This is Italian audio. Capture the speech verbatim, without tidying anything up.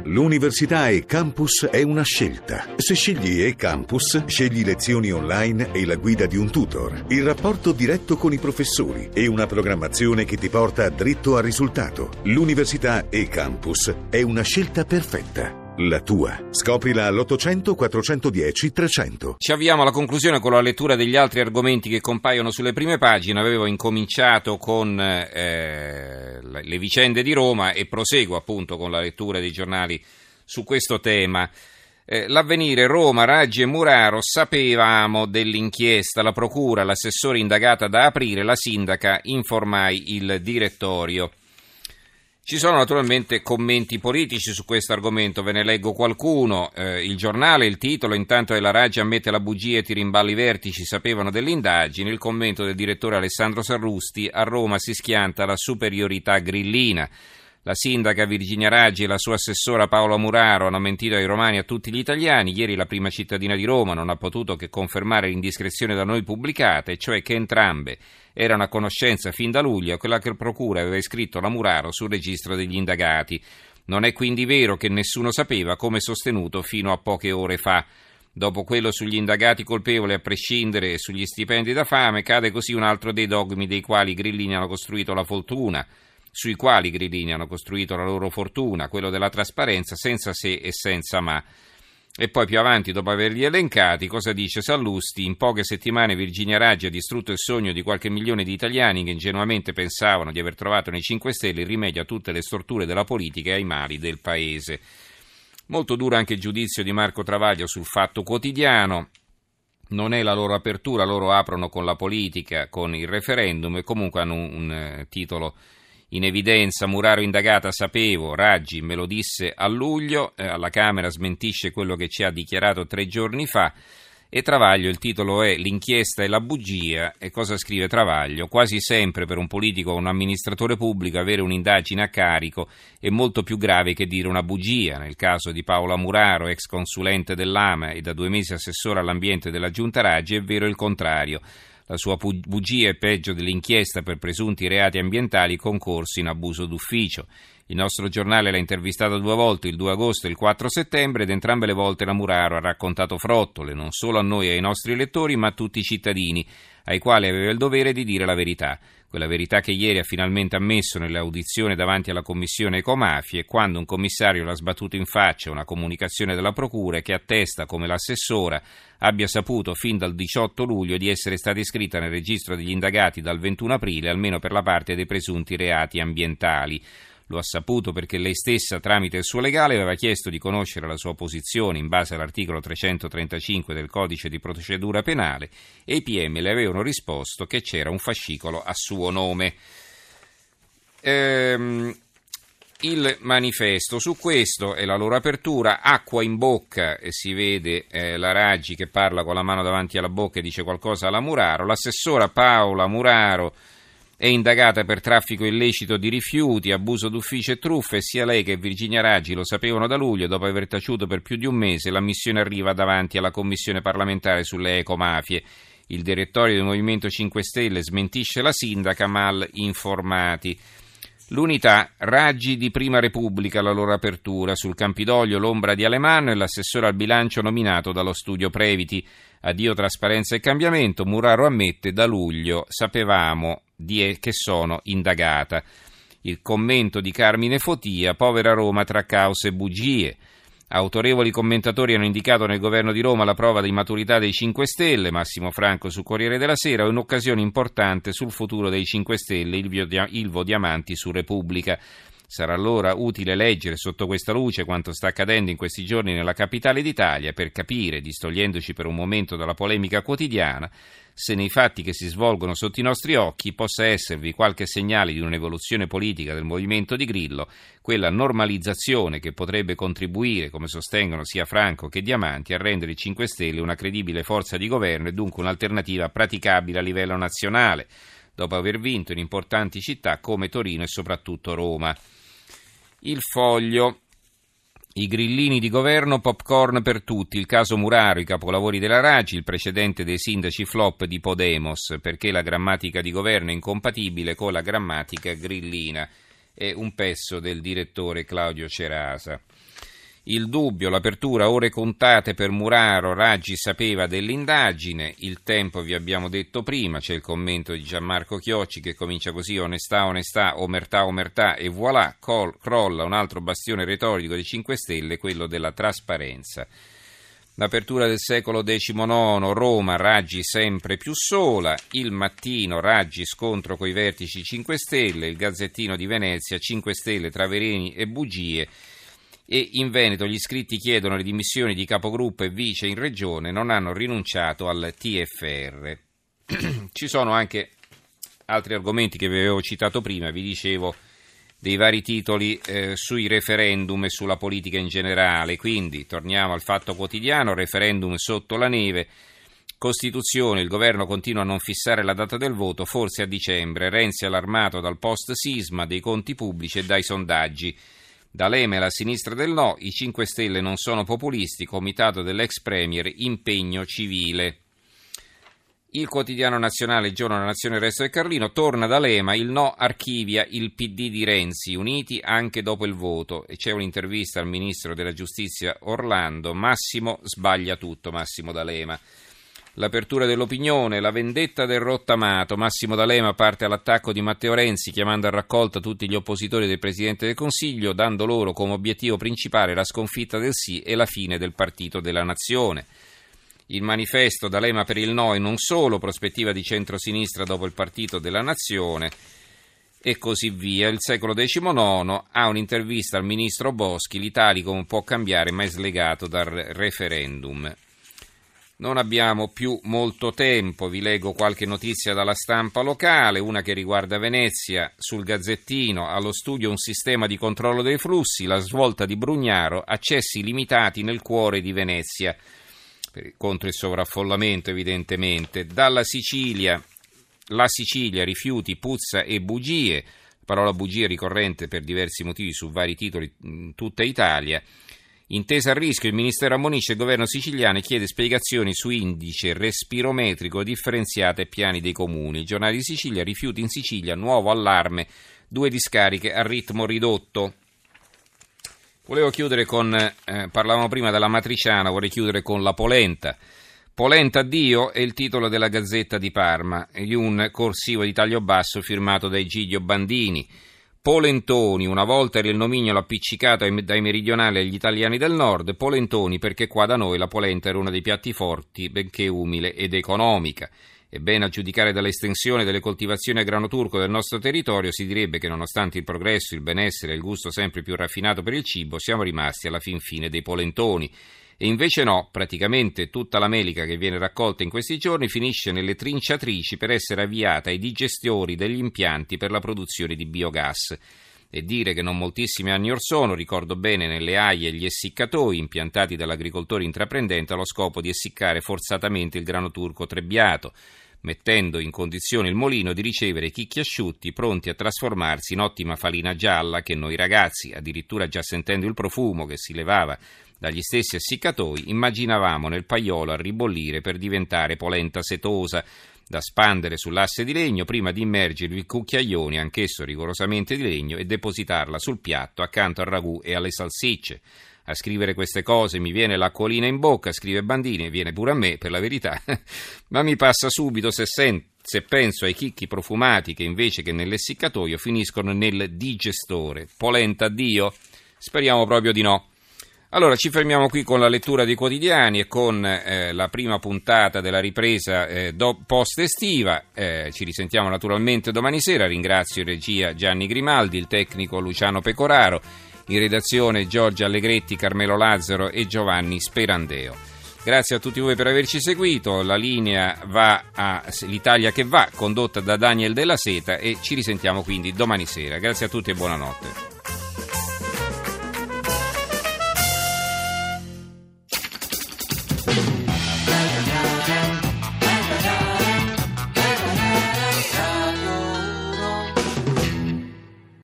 L'università e-Campus è una scelta. Se scegli e-Campus, scegli lezioni online e la guida di un tutor, il rapporto diretto con i professori e una programmazione che ti porta dritto al risultato. L'università e-Campus è una scelta perfetta. La tua. Scoprila all'ottocento quattrocentodieci trecento. Ci avviamo alla conclusione con la lettura degli altri argomenti che compaiono sulle prime pagine. Avevo incominciato con eh, le vicende di Roma e proseguo appunto con la lettura dei giornali su questo tema. Eh, L'Avvenire, Roma, Raggi e Muraro, sapevamo dell'inchiesta, la procura, l'assessore indagata da aprire, la sindaca, informai il direttorio. Ci sono naturalmente commenti politici su questo argomento, ve ne leggo qualcuno. Eh, il giornale, il titolo, intanto è la Raggi ammette la bugia e ti rimballi i vertici, sapevano delle indagini. Il commento del direttore Alessandro Sallusti, a Roma si schianta la superiorità grillina. La sindaca Virginia Raggi e la sua assessora Paola Muraro hanno mentito ai romani e a tutti gli italiani. Ieri la prima cittadina di Roma non ha potuto che confermare l'indiscrezione da noi pubblicata, e cioè che entrambe erano a conoscenza fin da luglio quella che il procura aveva iscritto la Muraro sul registro degli indagati. Non è quindi vero che nessuno sapeva, come sostenuto fino a poche ore fa. Dopo quello sugli indagati colpevoli a prescindere e sugli stipendi da fame, cade così un altro dei dogmi dei quali i grillini hanno costruito la fortuna, sui quali i grillini hanno costruito la loro fortuna, quello della trasparenza senza se e senza ma. E poi più avanti, dopo averli elencati, cosa dice Sallusti? In poche settimane Virginia Raggi ha distrutto il sogno di qualche milione di italiani che ingenuamente pensavano di aver trovato nei cinque Stelle il rimedio a tutte le storture della politica e ai mali del paese. Molto duro anche il giudizio di Marco Travaglio sul Fatto Quotidiano. Non è la loro apertura, loro aprono con la politica, con il referendum, e comunque hanno un, un uh, titolo in evidenza. Muraro indagata, sapevo, Raggi me lo disse a luglio, eh, alla Camera smentisce quello che ci ha dichiarato tre giorni fa, e Travaglio, il titolo è l'inchiesta e la bugia. E cosa scrive Travaglio? Quasi sempre per un politico o un amministratore pubblico avere un'indagine a carico è molto più grave che dire una bugia. Nel caso di Paola Muraro, ex consulente dell'A M A e da due mesi assessore all'ambiente della Giunta Raggi, è vero il contrario. La sua bugia è peggio dell'inchiesta per presunti reati ambientali concorsi in abuso d'ufficio. Il nostro giornale l'ha intervistata due volte, il due agosto e il quattro settembre, ed entrambe le volte la Muraro ha raccontato frottole, non solo a noi e ai nostri elettori, ma a tutti i cittadini, ai quali aveva il dovere di dire la verità. Quella verità che ieri ha finalmente ammesso nelle audizioni davanti alla commissione Ecomafie, quando un commissario l'ha sbattuto in faccia una comunicazione della procura che attesta come l'assessora abbia saputo fin dal diciotto luglio di essere stata iscritta nel registro degli indagati dal ventuno aprile, almeno per la parte dei presunti reati ambientali. Lo ha saputo perché lei stessa, tramite il suo legale, aveva chiesto di conoscere la sua posizione in base all'articolo trecentotrentacinque del Codice di procedura penale, e i P M le avevano risposto che c'era un fascicolo a suo nome. Ehm, il manifesto su questo è la loro apertura, acqua in bocca, e si vede eh, la Raggi che parla con la mano davanti alla bocca e dice qualcosa alla Muraro. L'assessora Paola Muraro è indagata per traffico illecito di rifiuti, abuso d'ufficio e truffe, e sia lei che Virginia Raggi lo sapevano da luglio. Dopo aver taciuto per più di un mese, l'ammissione arriva davanti alla commissione parlamentare sulle ecomafie. Il direttorio del Movimento cinque Stelle smentisce la sindaca, mal informati. L'Unità, Raggi di Prima Repubblica, la loro apertura. Sul Campidoglio l'ombra di Alemanno e l'assessore al bilancio nominato dallo studio Previti. Addio trasparenza e cambiamento, Muraro ammette da luglio, sapevamo di che sono indagata. Il commento di Carmine Fotia, povera Roma tra caos e bugie. Autorevoli commentatori hanno indicato nel governo di Roma la prova di maturità dei cinque Stelle, Massimo Franco su Corriere della Sera, è un'occasione importante sul futuro dei cinque Stelle, Ilvo Diamanti su Repubblica. Sarà allora utile leggere sotto questa luce quanto sta accadendo in questi giorni nella capitale d'Italia per capire, distogliendoci per un momento dalla polemica quotidiana, se nei fatti che si svolgono sotto i nostri occhi possa esservi qualche segnale di un'evoluzione politica del movimento di Grillo, quella normalizzazione che potrebbe contribuire, come sostengono sia Franco che Diamanti, a rendere i cinque Stelle una credibile forza di governo e dunque un'alternativa praticabile a livello nazionale, dopo aver vinto in importanti città come Torino e soprattutto Roma. Il Foglio, i grillini di governo, popcorn per tutti, il caso Muraro, i capolavori della Raggi, il precedente dei sindaci flop di Podemos, perché la grammatica di governo è incompatibile con la grammatica grillina, è un pezzo del direttore Claudio Cerasa. Il Dubbio, l'apertura, ore contate per Muraro, Raggi sapeva dell'indagine. Il Tempo vi abbiamo detto prima, c'è il commento di Gianmarco Chiocci che comincia così: onestà, onestà, omertà, omertà, e voilà, col, crolla un altro bastione retorico dei cinque Stelle, quello della trasparenza. L'apertura del secolo diciannove, Roma, Raggi sempre più sola. Il Mattino, Raggi scontro coi vertici cinque Stelle. Il Gazzettino di Venezia, cinque Stelle tra veleni e bugie. E in Veneto gli iscritti chiedono le dimissioni di capogruppo e vice in regione, non hanno rinunciato al T F R. Ci sono anche altri argomenti che vi avevo citato prima, vi dicevo dei vari titoli eh, sui referendum e sulla politica in generale, quindi torniamo al Fatto Quotidiano, referendum sotto la neve, Costituzione, il governo continua a non fissare la data del voto, forse a dicembre, Renzi allarmato dal post-sisma, dei conti pubblici e dai sondaggi. D'Alema e la sinistra del no, i cinque Stelle non sono populisti, comitato dell'ex premier, impegno civile. Il Quotidiano Nazionale, il Giorno della Nazione, il Resto del Carlino, torna D'Alema, il no archivia il P D di Renzi, uniti anche dopo il voto. E c'è un'intervista al ministro della Giustizia Orlando, Massimo sbaglia tutto, Massimo D'Alema. L'apertura dell'Opinione, la vendetta del rottamato, Massimo D'Alema parte all'attacco di Matteo Renzi chiamando a raccolta tutti gli oppositori del Presidente del Consiglio, dando loro come obiettivo principale la sconfitta del sì e la fine del partito della nazione. Il Manifesto, D'Alema per il no e non solo, prospettiva di centrosinistra dopo il partito della nazione e così via. Il Secolo diciannove ha un'intervista al ministro Boschi, l'Italicum può cambiare ma è slegato dal referendum. Non abbiamo più molto tempo, vi leggo qualche notizia dalla stampa locale, una che riguarda Venezia, sul Gazzettino, allo studio un sistema di controllo dei flussi, la svolta di Brugnaro, accessi limitati nel cuore di Venezia, contro il sovraffollamento evidentemente. Dalla Sicilia, la Sicilia, rifiuti, puzza e bugie, la parola bugie ricorrente per diversi motivi su vari titoli in tutta Italia. Intesa a rischio, il Ministero ammonisce il governo siciliano e chiede spiegazioni su indice respirometrico differenziato e piani dei comuni. Il Giornale di Sicilia, rifiuti in Sicilia, nuovo allarme, due discariche a ritmo ridotto. Volevo chiudere con, eh, parlavamo prima della matriciana, vorrei chiudere con la polenta. Polenta addio è il titolo della Gazzetta di Parma, di un corsivo di taglio basso firmato da Egidio Bandini. Polentoni, una volta era il nomignolo appiccicato dai meridionali agli italiani del nord, polentoni perché qua da noi la polenta era uno dei piatti forti, benché umile ed economica. Ebbene, a giudicare dall'estensione delle coltivazioni a grano turco del nostro territorio, si direbbe che nonostante il progresso, il benessere e il gusto sempre più raffinato per il cibo, siamo rimasti alla fin fine dei polentoni. E invece no, praticamente tutta la melica che viene raccolta in questi giorni finisce nelle trinciatrici per essere avviata ai digestori degli impianti per la produzione di biogas. E dire che non moltissimi anni or sono, ricordo bene, nelle aie e gli essiccatoi impiantati dall'agricoltore intraprendente allo scopo di essiccare forzatamente il grano turco trebbiato, mettendo in condizione il molino di ricevere chicchi asciutti pronti a trasformarsi in ottima farina gialla che noi ragazzi, addirittura già sentendo il profumo che si levava dagli stessi essiccatoi, immaginavamo nel paiolo a ribollire per diventare polenta setosa, da spandere sull'asse di legno prima di immergervi il cucchiaione, anch'esso rigorosamente di legno, e depositarla sul piatto accanto al ragù e alle salsicce. A scrivere queste cose mi viene l'acquolina in bocca, scrive Bandini, e viene pure a me, per la verità, ma mi passa subito se, sen- se penso ai chicchi profumati che invece che nell'essiccatoio finiscono nel digestore. Polenta addio? Speriamo proprio di no. Allora, ci fermiamo qui con la lettura dei quotidiani e con eh, la prima puntata della ripresa eh, do, post-estiva. Eh, ci risentiamo naturalmente domani sera. Ringrazio in regia Gianni Grimaldi, il tecnico Luciano Pecoraro, in redazione Giorgia Allegretti, Carmelo Lazzaro e Giovanni Sperandeo. Grazie a tutti voi per averci seguito. La linea va a l'Italia che va, condotta da Daniel Della Seta, e ci risentiamo quindi domani sera. Grazie a tutti e buonanotte. Thank you.